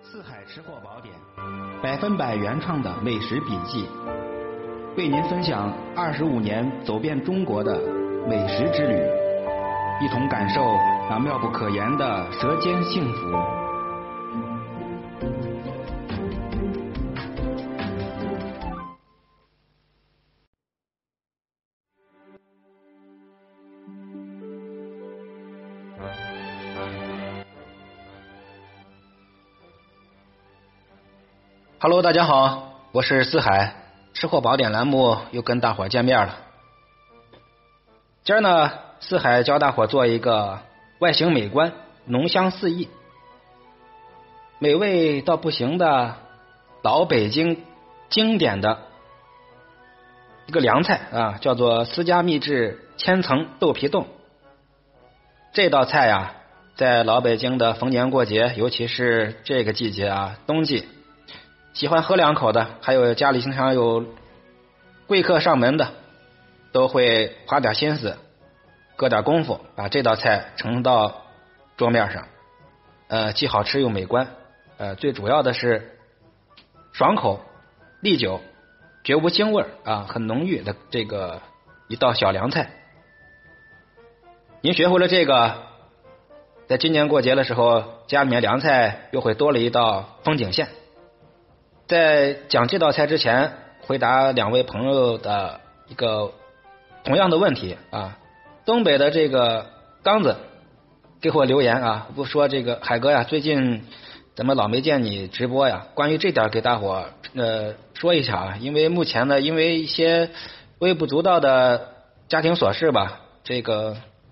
四海吃货宝典，100%原创的美食笔记，为您分享25年走遍中国的美食之旅，一同感受那妙不可言的舌尖幸福。Hello， 大家好，我是四海，吃货宝典栏目又跟大伙见面了。今儿呢，四海教大伙做一个外形美观、浓香四溢、美味到不行的老北京经典的一个凉菜啊，叫做私家秘制千层豆皮冻。这道菜呀，在老北京的逢年过节，尤其是这个季节啊，冬季。喜欢喝两口的，还有家里经常有贵客上门的，都会花点心思，搁点功夫，把这道菜盛到桌面上。既好吃又美观，最主要的是爽口、历久、绝无腥味啊，很浓郁的这个一道小凉菜。您学会了这个，在今年过节的时候，家里面凉菜又会多了一道风景线。在讲这道菜之前，回答两位朋友的一个同样的问题啊。东北的这个刚子给我留言啊，不说这个海哥呀，最近怎么老没见你直播呀？关于这点给大伙说一下啊，因为目前呢，因为一些微不足道的家庭琐事吧，这个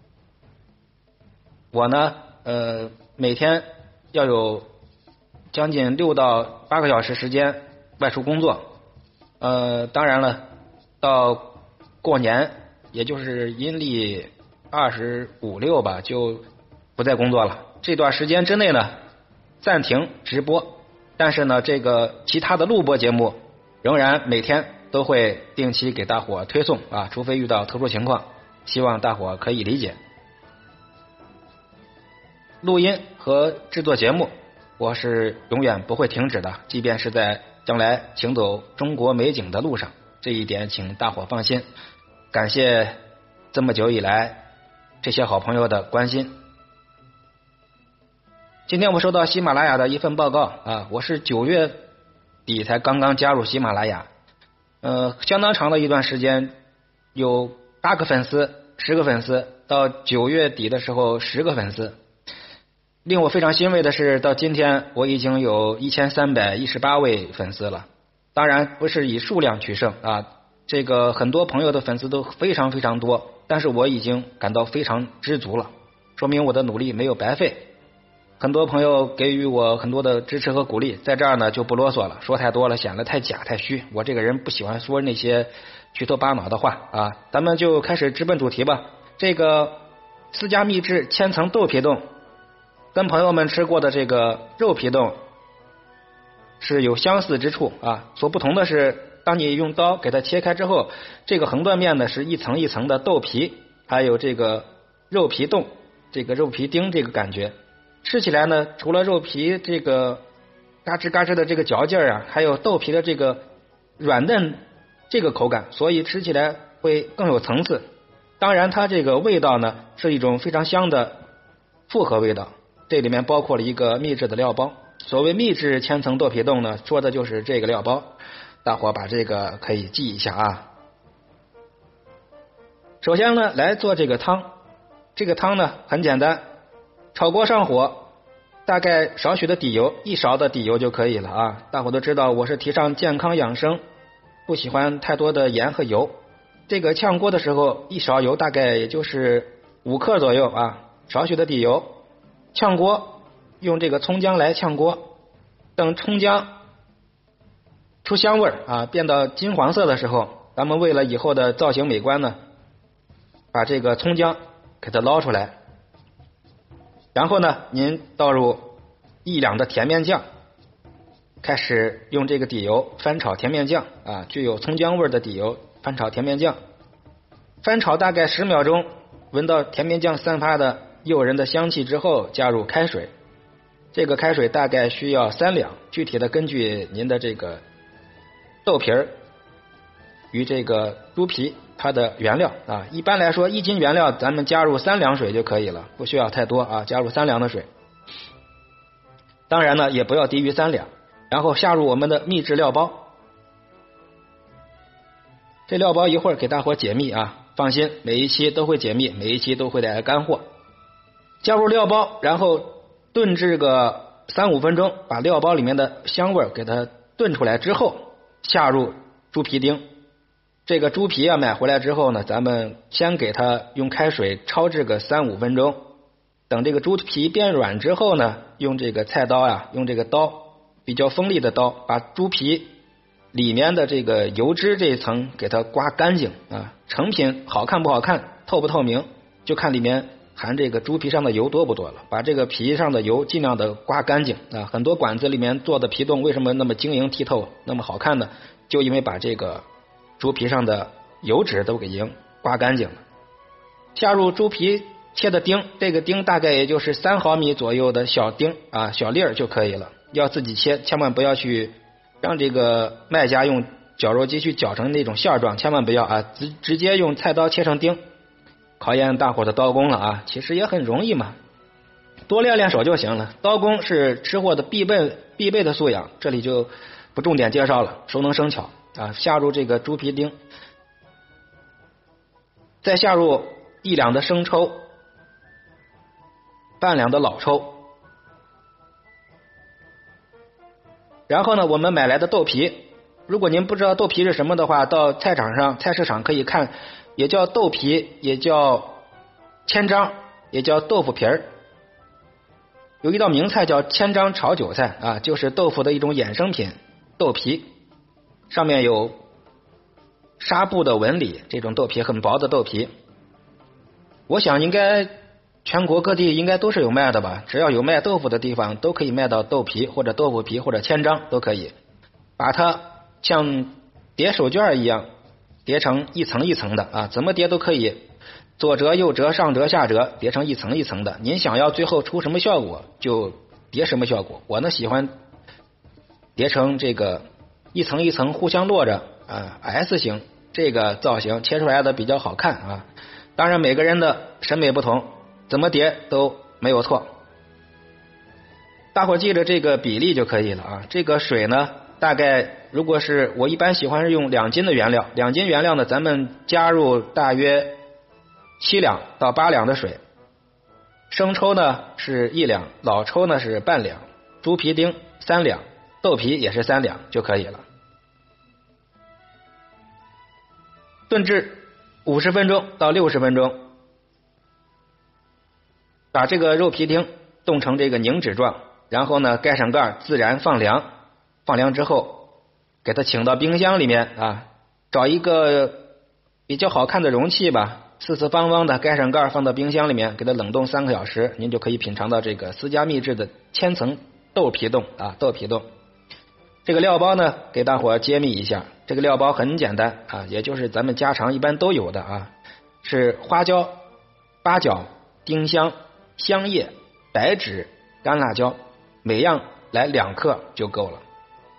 我呢每天要有将近6到8个小时时间外出工作，当然了，到过年，也就是阴历25、26吧，就不再工作了。这段时间之内呢，暂停直播，但是呢，这个其他的录播节目仍然每天都会定期给大伙推送啊，除非遇到特殊情况，希望大伙可以理解。录音和制作节目我是永远不会停止的，即便是在将来行走中国美景的路上，这一点请大伙放心。感谢这么久以来这些好朋友的关心。今天我收到喜马拉雅的一份报告啊，我是9月底才刚刚加入喜马拉雅，相当长的一段时间，有8个粉丝、10个粉丝，到9月底的时候10个粉丝。令我非常欣慰的是，到今天我已经有1318位粉丝了。当然不是以数量取胜啊，这个很多朋友的粉丝都非常非常多，但是我已经感到非常知足了，说明我的努力没有白费。很多朋友给予我很多的支持和鼓励，在这儿呢就不啰嗦了，说太多了显得太假太虚，我这个人不喜欢说那些虚头巴脑的话啊。咱们就开始直奔主题吧。这个私家秘制千层豆皮冻跟朋友们吃过的这个肉皮冻是有相似之处啊，所不同的是，当你用刀给它切开之后，这个横断面呢是一层一层的豆皮，还有这个肉皮冻，这个肉皮丁这个感觉，吃起来呢，除了肉皮这个嘎吱嘎吱的这个嚼劲啊，还有豆皮的这个软嫩这个口感，所以吃起来会更有层次。当然它这个味道呢是一种非常香的复合味道，这里面包括了一个秘制的料包。所谓秘制千层豆皮冻呢，说的就是这个料包，大伙把这个可以记一下啊。首先呢，来做这个汤。这个汤呢很简单，炒锅上火，大概少许的底油，1勺的底油就可以了啊。大伙都知道我是提倡健康养生，不喜欢太多的盐和油。这个炝锅的时候，1勺油大概也就是5克左右啊，少许的底油，炝锅。用这个葱姜来炝锅，等葱姜出香味啊，变到金黄色的时候，咱们为了以后的造型美观呢，把这个葱姜给它捞出来，然后呢，您倒入1两的甜面酱，开始用这个底油翻炒甜面酱啊，具有葱姜味的底油翻炒甜面酱，翻炒大概10秒钟，闻到甜面酱散发的诱人的香气之后，加入开水。 这个开水大概需要3两，具体的根据您的这个豆皮儿与这个猪皮它的原料啊，一般来说1斤原料咱们加入3两水就可以了，不需要太多啊，加入3两的水。当然呢，也不要低于3两。然后下入我们的秘制料包，这料包一会儿给大伙解密啊，放心，每一期都会解密，每一期都会带来干货。加入料包，然后炖制个3-5分钟，把料包里面的香味给它炖出来之后，下入猪皮丁。这个猪皮啊，买回来之后呢，咱们先给它用开水焯制个3-5分钟，等这个猪皮变软之后呢，用这个菜刀啊，用这个刀比较锋利的刀，把猪皮里面的这个油脂这一层给它刮干净啊。成品好看不好看，透不透明，就看里面含这个猪皮上的油多不多了。把这个皮上的油尽量的刮干净啊。很多馆子里面做的皮冻为什么那么晶莹剔透，那么好看呢？就因为把这个猪皮上的油脂都给已经刮干净了。下入猪皮切的丁，这个丁大概也就是3毫米左右的小丁啊，小粒儿就可以了。要自己切，千万不要去让这个卖家用绞肉机去绞成那种馅状，千万不要啊，直接用菜刀切成丁，考验大伙的刀工了啊。其实也很容易嘛，多练练手就行了。刀工是吃货的必备的素养，这里就不重点介绍了，熟能生巧啊。下入这个猪皮丁，再下入1两的生抽，半两的老抽。然后呢，我们买来的豆皮，如果您不知道豆皮是什么的话，到菜市场可以看，也叫豆皮，也叫千张，也叫豆腐皮儿。有一道名菜叫千张炒韭菜啊，就是豆腐的一种衍生品，豆皮上面有纱布的纹理，这种豆皮很薄的豆皮，我想应该全国各地应该都是有卖的吧，只要有卖豆腐的地方都可以卖到豆皮或者豆腐皮或者千张都可以，把它像叠手绢一样叠成一层一层的啊，怎么叠都可以，左折右折上折下折，叠成一层一层的，您想要最后出什么效果就叠什么效果。我呢喜欢叠成这个一层一层互相落着啊 S 型，这个造型切出来的比较好看啊。当然每个人的审美不同，怎么叠都没有错，大伙记着这个比例就可以了啊。这个水呢，大概如果是我一般喜欢是用2斤的原料，2斤原料呢，咱们加入大约7两到8两的水，生抽呢是1两，老抽呢是半两，猪皮丁3两，豆皮也是3两就可以了。炖制50分钟到60分钟，把这个肉皮丁冻成这个凝脂状，然后呢盖上盖，自然放凉。放凉之后，给它请到冰箱里面啊，找一个比较好看的容器吧，四四方方的，盖上盖，放到冰箱里面，给它冷冻3个小时，您就可以品尝到这个私家秘制的千层豆皮冻啊，豆皮冻。这个料包呢，给大伙揭秘一下，这个料包很简单啊，也就是咱们家常一般都有的啊，是花椒、八角、丁香、香叶、白芷、干辣椒，每样来2克就够了。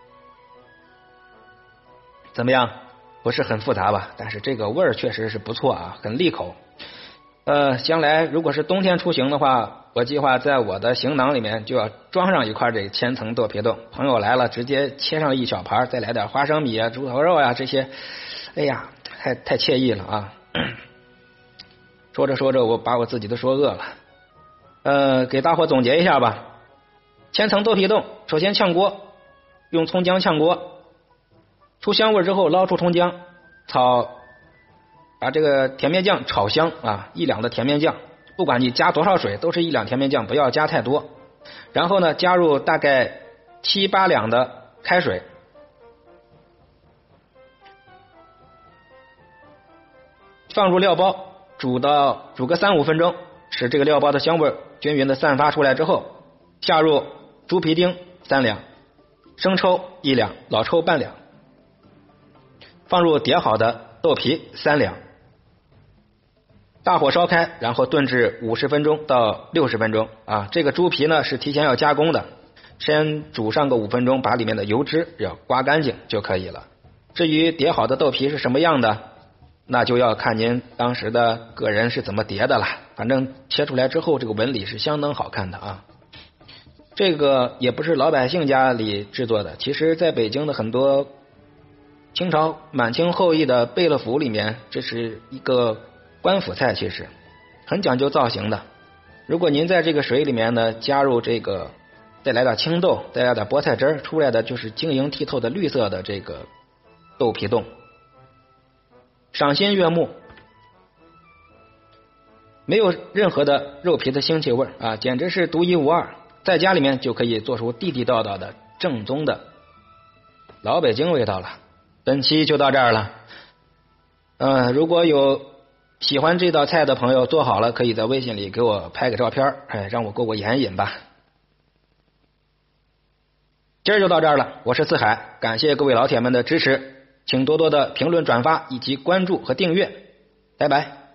怎么样？不是很复杂吧？但是这个味儿确实是不错啊，很利口。将来如果是冬天出行的话，我计划在我的行囊里面就要装上一块这千层豆皮冻，朋友来了直接切上一小盘，再来点花生米啊、猪头肉啊这些，哎呀，太惬意了啊！说着说着，我把我自己都说饿了。给大伙总结一下吧。千层豆皮冻，首先炝锅，用葱姜炝锅，出香味之后捞出葱姜，把这个甜面酱炒香啊，1两的甜面酱，不管你加多少水，都是1两甜面酱，不要加太多。然后呢，加入大概7、8两的开水，放入料包，煮个3、5分钟，使这个料包的香味均匀的散发出来之后，下入猪皮丁3两，生抽1两，老抽半两，放入叠好的豆皮3两， 大火烧开，然后炖制50分钟到60分钟啊。这个猪皮呢是提前要加工的，先煮上个5分钟，把里面的油脂要刮干净就可以了。至于叠好的豆皮是什么样的，那就要看您当时的个人是怎么叠的了。反正切出来之后，这个纹理是相当好看的啊。这个也不是老百姓家里制作的，其实在北京的很多清朝满清后裔的贝勒府里面，这是一个官府菜，其实很讲究造型的。如果您在这个水里面呢加入这个，再来点青豆，再来点菠菜汁，出来的就是晶莹剔透的绿色的这个豆皮冻，赏心悦目，没有任何的肉皮的腥气味啊，简直是独一无二。在家里面就可以做出地地道道的正宗的老北京味道了。本期就到这儿了。如果有喜欢这道菜的朋友，做好了可以在微信里给我拍个照片，让我过过眼瘾吧。今儿就到这儿了，我是四海，感谢各位老铁们的支持，请多多的评论、转发以及关注和订阅，拜拜。